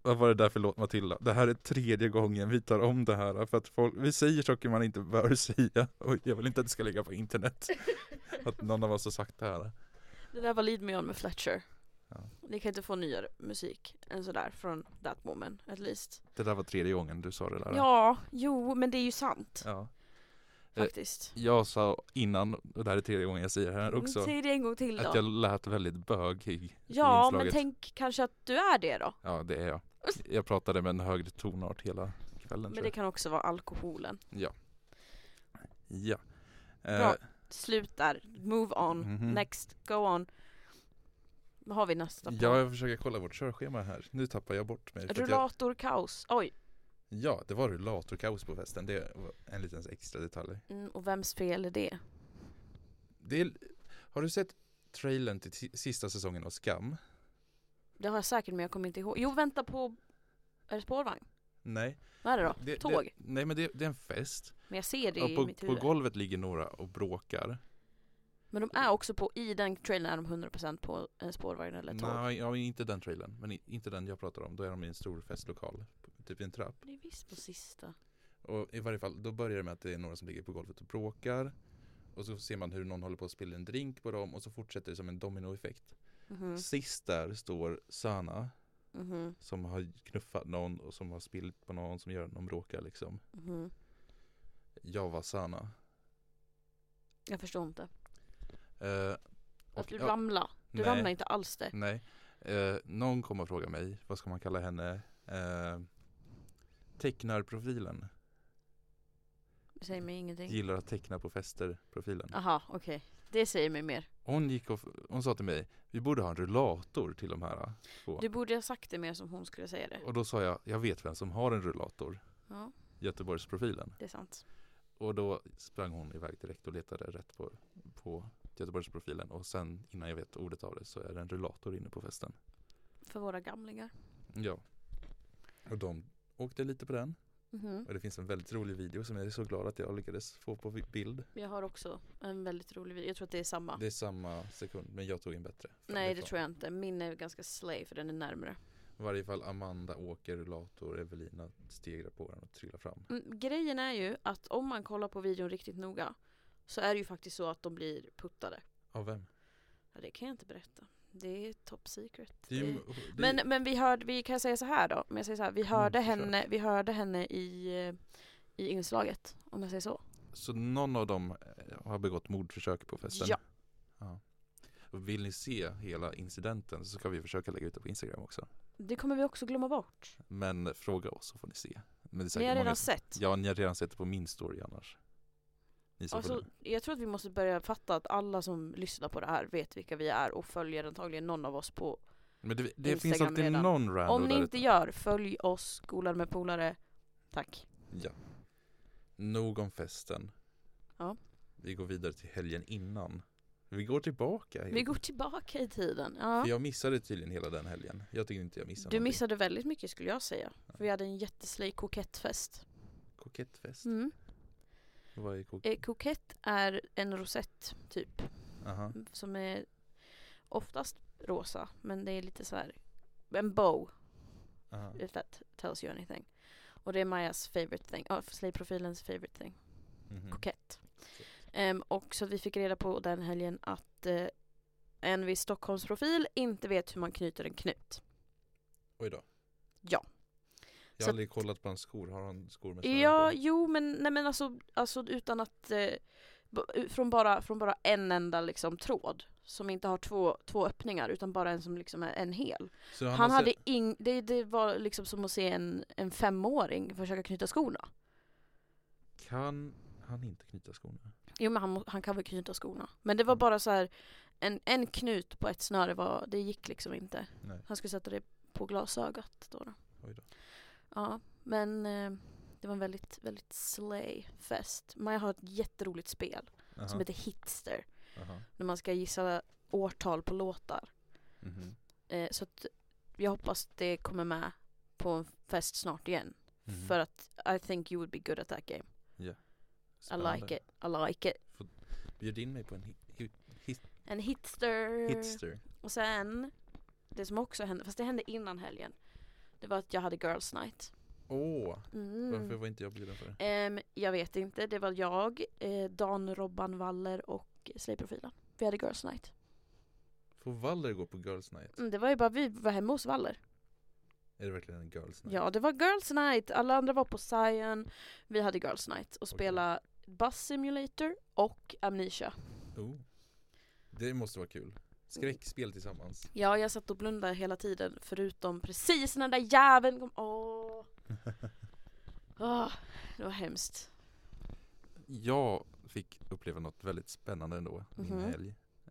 Vad var det där för låt, Matilda? Det här är 3:e gången vi tar om det här. För att vi säger saker man inte bör säga. Och jag vill inte att det ska ligga på internet. Att någon av oss har sagt det här. Det där var Lead Me On med Fletcher. Ja. Ni kan inte få nyare musik än sådär från that moment, at least. Det där var 3:e gången du sa det där. Ja, jo, men det är ju sant. Ja. Faktiskt. Jag sa innan, och det här är 3:e gången jag säger här också. Säg det en gång till då. Att jag lät väldigt bögig i Ja, inslaget. men tänk kanske att du är det då. Ja, det är jag. Jag pratade med en högre tonart hela kvällen. Men det kan också vara alkoholen. Ja. Ja. Bra. Slut där. Move on. Next. Go on. Vad har vi nästa på? Jag försöker kolla vårt körschema här. Nu tappar jag bort mig. Rullatorkaos. Oj. Ja, det var rullatorkaos på festen. Det var en liten extra detalj. Och vems fel är det? Har du sett trailern till sista säsongen av Skam? Det har jag säkert, men jag kommer inte ihåg. Jo, vänta på... Är det spårvagn? Nej. Vad är det då? Tåg? Nej, men det är en fest. Men jag ser det i mitt huvud. På golvet ligger några och bråkar. Men de är också i den trailern är de 100% på en spårvagn eller tåg. Nej, ja, inte den trailern. Men inte den jag pratar om. Då är de i en stor festlokal. Typ i en trapp. Det är visst på sista. Och i varje fall, då börjar det med att det är några som ligger på golvet och bråkar. Och så ser man hur någon håller på att spilla en drink på dem. Och så fortsätter det som en dominoeffekt. Sist där står Sana. Som har knuffat någon och som har spillt på någon som gör att någon bråkar liksom. Jag var Sana. Jag förstår inte. Och du ramlar. Du ramlar inte alls det. Nej. Någon kommer att fråga mig, vad ska man kalla henne? Tecknarprofilen. Det säger mig ingenting. Gillar att teckna på fester-profilen. Aha, okej. Det säger mig mer. Hon sa till mig, vi borde ha en rullator till de här två. Du borde ha sagt det mer som hon skulle säga det. Och då sa jag vet vem som har en rullator. Ja. Göteborgsprofilen. Det är sant. Och då sprang hon iväg direkt och letade rätt på Göteborgsprofilen. Och sen innan jag vet ordet av det så är det en rullator inne på festen. För våra gamlingar. Ja. Och de åkte lite på den. Och det finns en väldigt rolig video som jag är så glad att jag lyckades få på bild. Jag har också en väldigt rolig video. Jag tror att det är samma. Det är samma sekund, men jag tog en bättre. Nej, det tror jag inte. Min är ganska slay för den är närmare. I varje fall Amanda åker rullator, Evelina stegrar på den och trillar fram. Grejen är ju att om man kollar på videon riktigt noga så är det ju faktiskt så att de blir puttade. Av vem? Ja, det kan jag inte berätta. Det är top secret. Men vi kan säga så här då. Om jag säger så här, vi hörde henne i inslaget, om jag säger så. Så någon av dem har begått mordförsök på festen? Ja. Och vill ni se hela incidenten så ska vi försöka lägga ut det på Instagram också. Det kommer vi också glömma bort. Men fråga oss så får ni se. Men ni har redan sett? Ja, ni har redan sett det på min story annars. Alltså, jag tror att vi måste börja fatta att alla som lyssnar på det här vet vilka vi är och följer antagligen någon av oss på men det Instagram finns alltid redan. Någon random. Om ni inte gör, följ oss, Skolan med polare. Tack. Ja. Nog om festen. Ja. Vi går vidare till helgen innan. Vi går tillbaka. Vi går tillbaka i tiden. Ja. För jag missade tydligen hela den helgen. Jag tyckte inte jag missade Du någonting. missade väldigt mycket skulle jag säga. För vi hade en jätteslay kokettfest. Kokettfest? Vad är kokett är en rosett typ. Som är oftast rosa. Men det är lite så här en bow. If that tells you anything. Och det är Majas favorite thing. Slay-profilens favorite thing. Kokett. Och så vi fick reda på den helgen att en viss Stockholmsprofil inte vet hur man knyter en knut. Oj då. Ja. Jag har aldrig kollat på hans skor. Har han skor med snören på? Jo, men alltså utan att från bara en enda liksom tråd som inte har två öppningar utan bara en som liksom är en hel. Så han hade det var liksom som att se en 5-åring försöka knyta skorna. Kan han inte knyta skorna? Jo, men han kan väl knyta skorna. Men det var bara så här en knut på ett snöre det gick liksom inte. Nej. Han skulle sätta det på glasögat då. Oj då. Ja, men det var en väldigt, väldigt slay fest. Man har ett jätteroligt spel som heter Hitster. När man ska gissa årtal på låtar. Så att jag hoppas det kommer med på en fest snart igen. För att I think you would be good at that game. Yeah. I like it. Bjud in mig på en hitster. Och sen det som också hände, fast det hände innan helgen. Det var att jag hade Girls Night. Varför var inte jag bjuden för det? Jag vet inte. Det var jag, Dan, Robban, Waller och Slay-profilen. Vi hade Girls Night. Får Waller gå på Girls Night? Det var ju bara vi var hemma hos Waller. Är det verkligen en Girls Night? Ja, det var Girls Night. Alla andra var på Zion. Vi hade Girls Night och spela Bus Simulator och Amnesia. Det måste vara kul. Skräckspel tillsammans. Ja, jag satt och blundade hela tiden. Förutom precis när den där jäveln kom. Det var hemskt. Jag fick uppleva något väldigt spännande ändå. Min helg.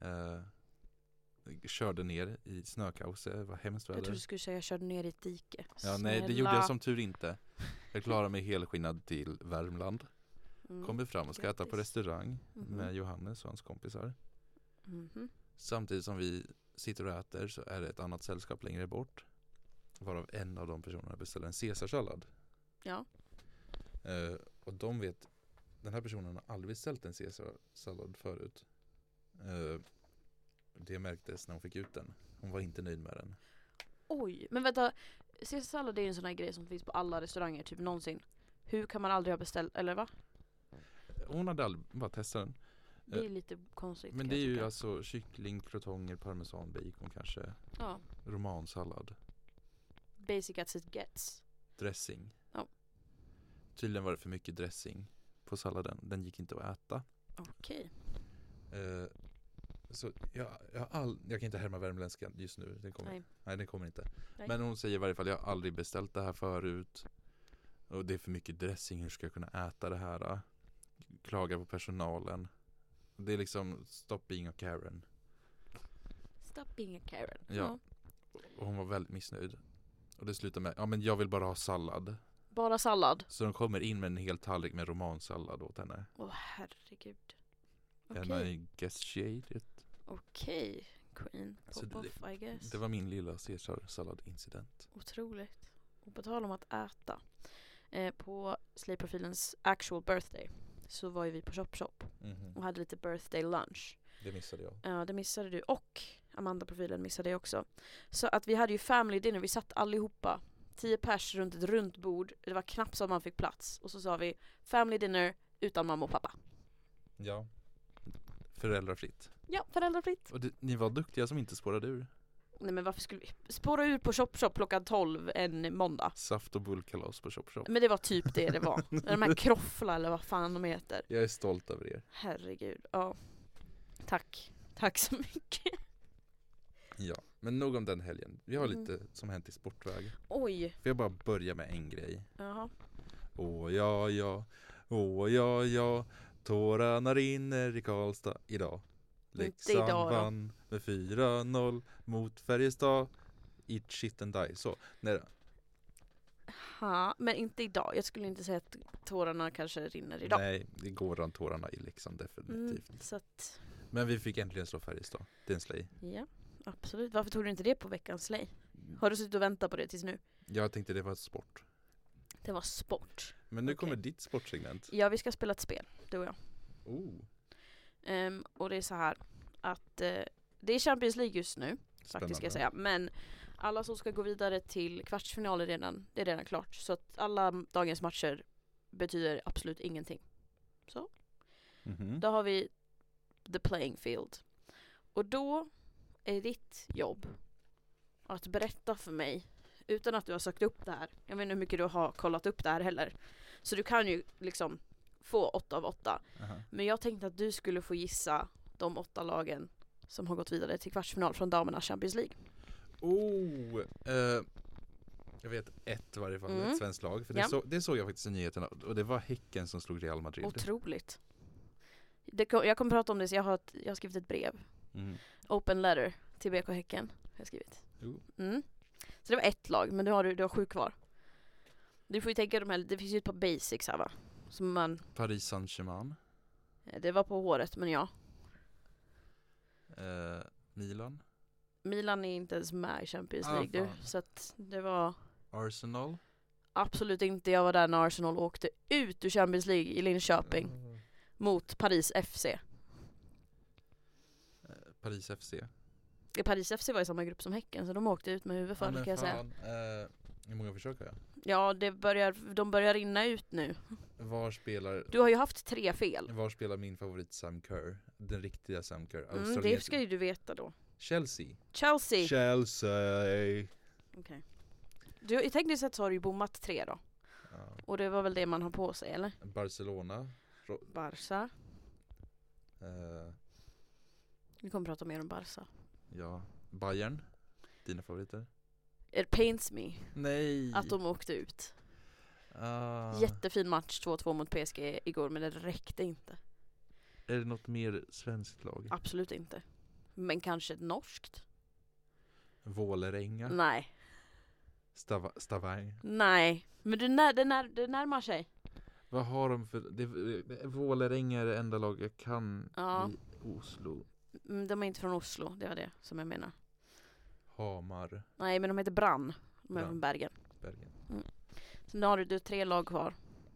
Körde ner i snökaos. Det var hemskt väder. Jag trodde du skulle säga jag körde ner i ett dike. Ja, nej, det gjorde jag som tur inte. Jag klarade mig helskinnad till Värmland. Kommer fram och ska äta på restaurang med Johannes och hans kompisar. Samtidigt som vi sitter och äter så är det ett annat sällskap längre bort. Varav en av de personerna beställer en caesarsallad. Ja. Och de vet, den här personen har aldrig beställt en caesarsallad förut. Det märktes när hon fick ut den. Hon var inte nöjd med den. Oj, men vänta. Caesarsallad är ju en sån här grej som finns på alla restauranger typ någonsin. Hur kan man aldrig ha beställt, eller va? Hon hade aldrig bara testat den. Det är lite konstigt. Men det är ju alltså kyckling, krotonger, parmesan, bacon kanske. Ja. Romansallad. Basic as it gets. Dressing. Ja. Tydligen var det för mycket dressing på salladen. Den gick inte att äta. Okej. Så jag kan inte härma värmländska just nu. Den kommer inte. Nej. Men hon säger i varje fall, jag har aldrig beställt det här förut. Och det är för mycket dressing. Hur ska jag kunna äta det här? Klagar på personalen. Det är liksom stop being a Karen. Stop being a Karen. Ja. Och hon var väldigt missnöjd. Och det slutar med, men jag vill bara ha sallad. Bara sallad? Så de kommer in med en hel tallrik med romansallad åt henne. Herregud. And I guess she ate it. Okej. Queen. Pop off, I guess. Det var min lilla caesar-sallad-incident. Otroligt. Och på tal om att äta. På Slay-profilens actual birthday så var ju vi på Chop och hade lite birthday lunch. Det missade jag. Ja, det missade du. Och Amanda-profilen missade jag också. Så att vi hade ju family dinner. Vi satt allihopa 10 pers runt ett runt bord. Det var knappt så att man fick plats. Och så sa vi family dinner utan mamma och pappa. Ja. Föräldrafritt. Ja, föräldrafritt. Och ni var duktiga som inte spårade ur. Nej, men varför skulle vi spåra ur på Chop klockan 12 en måndag? Saft och bullkalas på Chop. Men det var typ det var. De här kroffla eller vad fan de heter. Jag är stolt över er. Herregud, ja. Tack så mycket. Ja, men nog om den helgen. Vi har lite som hänt i sportväg. Oj. Får jag bara börja med en grej? Jaha. Åh ja. Tårarna rinner i Karlstad idag. Leksand vann med 4-0 mot Färjestad. Eat shit and die. Så, nej då. Men inte idag. Jag skulle inte säga att tårarna kanske rinner idag. Nej, det går an tårarna i Leksand definitivt. Så att... Men vi fick äntligen slå Färjestad. Det är en slay. Ja, absolut. Varför tog du inte det på veckans slay? Har du suttit och väntat på det tills nu? Jag tänkte det var sport. Det var sport. Men nu kommer ditt sportsegment. Ja, vi ska spela ett spel, du och jag. Och det är så här att det är Champions League just nu. Faktiskt ska jag säga. Men alla som ska gå vidare till kvartsfinal det är redan klart. Så att alla dagens matcher betyder absolut ingenting. Så. Då har vi the playing field. Och då är ditt jobb att berätta för mig utan att du har sökt upp det här. Jag vet inte hur mycket du har kollat upp det här heller. Så du kan ju liksom få 8 av 8. Men jag tänkte att du skulle få gissa de 8 lagen som har gått vidare till kvartsfinal från damernas Champions League. Jag vet ett i varje fall, ett svenskt lag. För det såg jag faktiskt i nyheterna. Och det var Häcken som slog Real Madrid. Otroligt. Jag kommer prata om det, så jag har skrivit ett brev. Open letter till BK Häcken har jag skrivit. Så det var ett lag, men du har 7 kvar. Du får ju tänka de här, det finns ju ett par basics här va? Som man... Paris Saint-Germain. Det var på håret, men ja. Milan. Milan är inte ens med i Champions League så att det var... Arsenal. Absolut inte, jag var där när Arsenal åkte ut ur Champions League i Linköping mot Paris FC. Paris FC. Paris FC var i samma grupp som Häcken, så de åkte ut med huvud för, kan jag säga. Hur många försök har jag? Ja, de börjar rinna ut nu. Var spelar... Du har ju haft 3 fel. Var spelar min favorit Sam Kerr? Den riktiga Sam Kerr. Det ska ju du veta då. Chelsea. Okej. I tekniskt sett så har du ju bommat 3 då. Ja. Och det var väl det man har på sig, eller? Barcelona. Barca. Vi kommer prata mer om Barca. Ja. Bayern. Dina favoriter? It pains me. Nej. Att de åkte ut. Jättefin match 2-2 mot PSG igår, men det räckte inte. Är det något mer svenskt lag? Absolut inte. Men kanske ett norskt? Vålerenga? Nej. Stavanger? Nej. Men det närmar sig. Vad har de för... Vålerenga är det enda lag jag kan i Oslo. De är inte från Oslo, det var det som jag menar. Hamar? Nej, men de heter Brann. De är från Bergen. Så nu har du 3 lag kvar.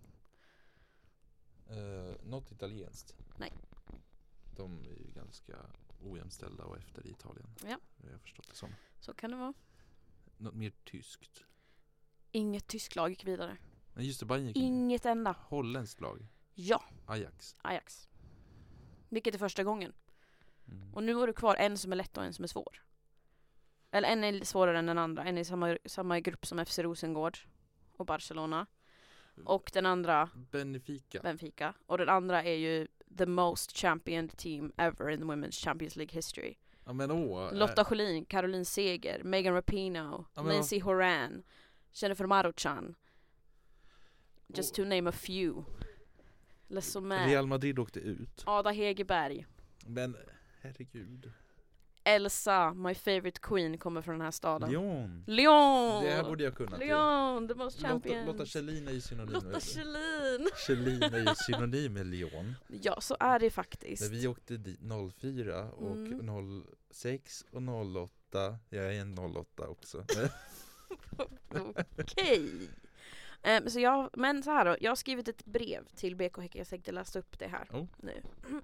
Något italienskt? Nej. De är ju ganska ojämställda och efter i Italien. Ja. Jag har förstått det som. Så kan det vara. Något mer tyskt? Inget tyskt lag gick vidare. Men just det, Bayern gick inget enda. Holländskt lag? Ja. Ajax. Vilket är första gången. Och nu har du kvar en som är lätt och en som är svår. Eller en är svårare än den andra. En är i samma grupp som FC Rosengård och Barcelona. Och den andra Benfica. Och den andra är ju the most championed team ever in the Women's Champions League history. Ja, men Lotta Schelin, Caroline Seger, Megan Rapinoe, Lindsay Horan, Jennifer Maruchan. Just to name a few. Real Madrid åkte ut. Ada Hegerberg. Men herregud. Elsa, my favorite queen, kommer från den här staden. Lyon! Det här borde jag kunna. Lyon, the most champions. Lotta Schelin är ju synonym. Lotta Schelin. Schelin är ju synonym med Lyon. Ja, så är det faktiskt. När vi åkte dit 04 och 06 och 08. Jag är en 08 också. Okej. Men så här då, jag har skrivit ett brev till BK Häcken. Jag tänkte läsa upp det här nu.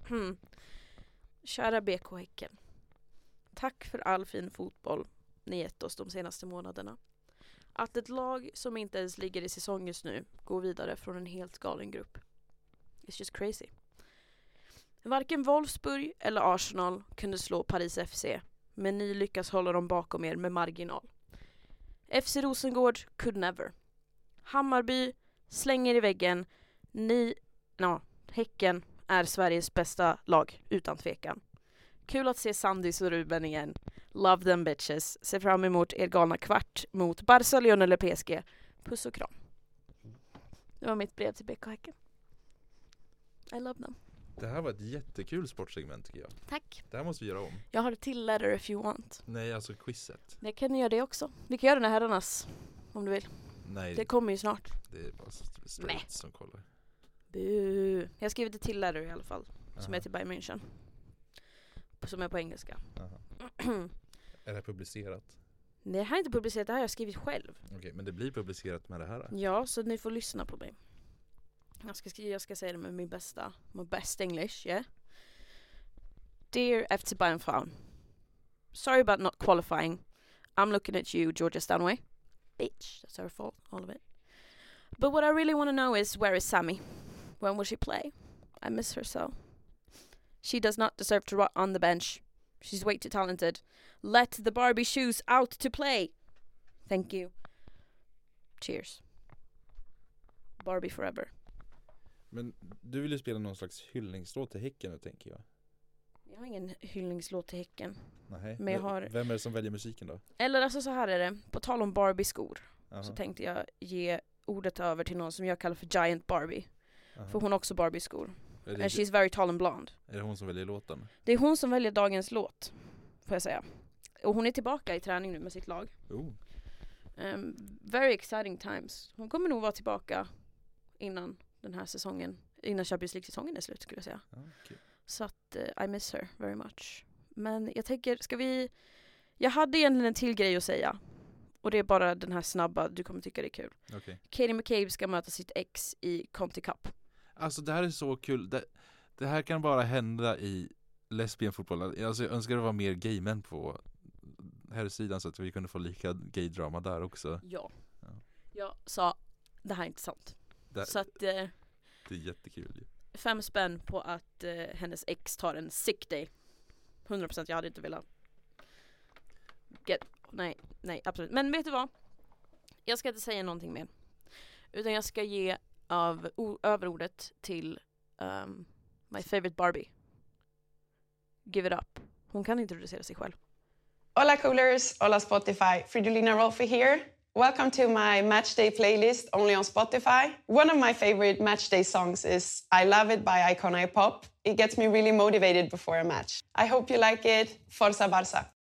Kära BK Häcken. Tack för all fin fotboll ni gett oss de senaste månaderna. Att ett lag som inte ens ligger i säsong just nu går vidare från en helt galen grupp. It's just crazy. Varken Wolfsburg eller Arsenal kunde slå Paris FC, men ni lyckas hålla dem bakom er med marginal. FC Rosengård could never. Hammarby slänger i väggen. Häcken är Sveriges bästa lag, utan tvekan. Kul att se Sandys och Ruben igen. Love them bitches. Ser fram emot er galna kvart mot Barca, Lyon eller PSG. Puss och kram. Det var mitt brev till BK Häcken. I love them. Det här var ett jättekul sportsegment tycker jag. Tack. Det här måste vi göra om. Jag har det till letter if you want. Nej, alltså quizet. Det kan ni göra det också. Vi kan göra den här herrarnas om du vill. Nej. Det kommer ju snart. Det är bara straight som kollar. Jag har skrivit ett till letter i alla fall. Som är till Bayern München. Som är på engelska. Är det publicerat? Det här är inte publicerat, det här har jag skrivit själv. Okej, men det blir publicerat med det här? Ja, så ni får lyssna på mig. Jag ska säga det med my best English, yeah? Dear FC Bayern fan. Sorry about not qualifying. I'm looking at you, Georgia Stanway. Bitch, that's her fault, all of it. But what I really want to know is, where is Sammy? When will she play? I miss her so. She does not deserve to rot on the bench. She's way too talented. Let the Barbie shoes out to play. Thank you. Cheers. Barbie forever. Men du vill ju spela någon slags hyllningslåt till Häcken nu, tänker jag. Jag har ingen hyllningslåt till Häcken. Nej. Men jag har... Vem är det som väljer musiken då? Eller alltså så här är det. På tal om Barbie-skor. Så tänkte jag ge ordet över till någon som jag kallar för Giant Barbie. För hon har också Barbie-skor. And she's very tall and blonde. Är det hon som väljer låten? Det är hon som väljer dagens låt, får jag säga. Och hon är tillbaka i träning nu med sitt lag. Very exciting times. Hon kommer nog vara tillbaka innan den här säsongen. Innan Champions League-säsongen är slut, skulle jag säga. Okay. Så att I miss her very much. Men jag tänker, jag hade egentligen en till grej att säga. Och det är bara den här snabba, du kommer tycka det är kul. Okay. Katie McCabe ska möta sitt ex i Conti Cup. Alltså det här är så kul. Det här kan bara hända i lesbienfotboll. Alltså jag önskar det var mer gaymän på här sidan så att vi kunde få lika gay-drama där också. Ja. Jag sa, det här är inte sant. Så att... det är jättekul. 5 spänn på att hennes ex tar en sick day. 100% jag hade inte velat. Nej, absolut. Men vet du vad? Jag ska inte säga någonting mer. Utan jag ska ge överordet till my favorite Barbie. Give it up. Hon kan introducera sig själv. Hola coolers, hola Spotify. Fridolina Rolfö here. Welcome to my matchday playlist only on Spotify. One of my favorite matchday songs is I Love It by Icona Pop. It gets me really motivated before a match. I hope you like it. Forza Barça!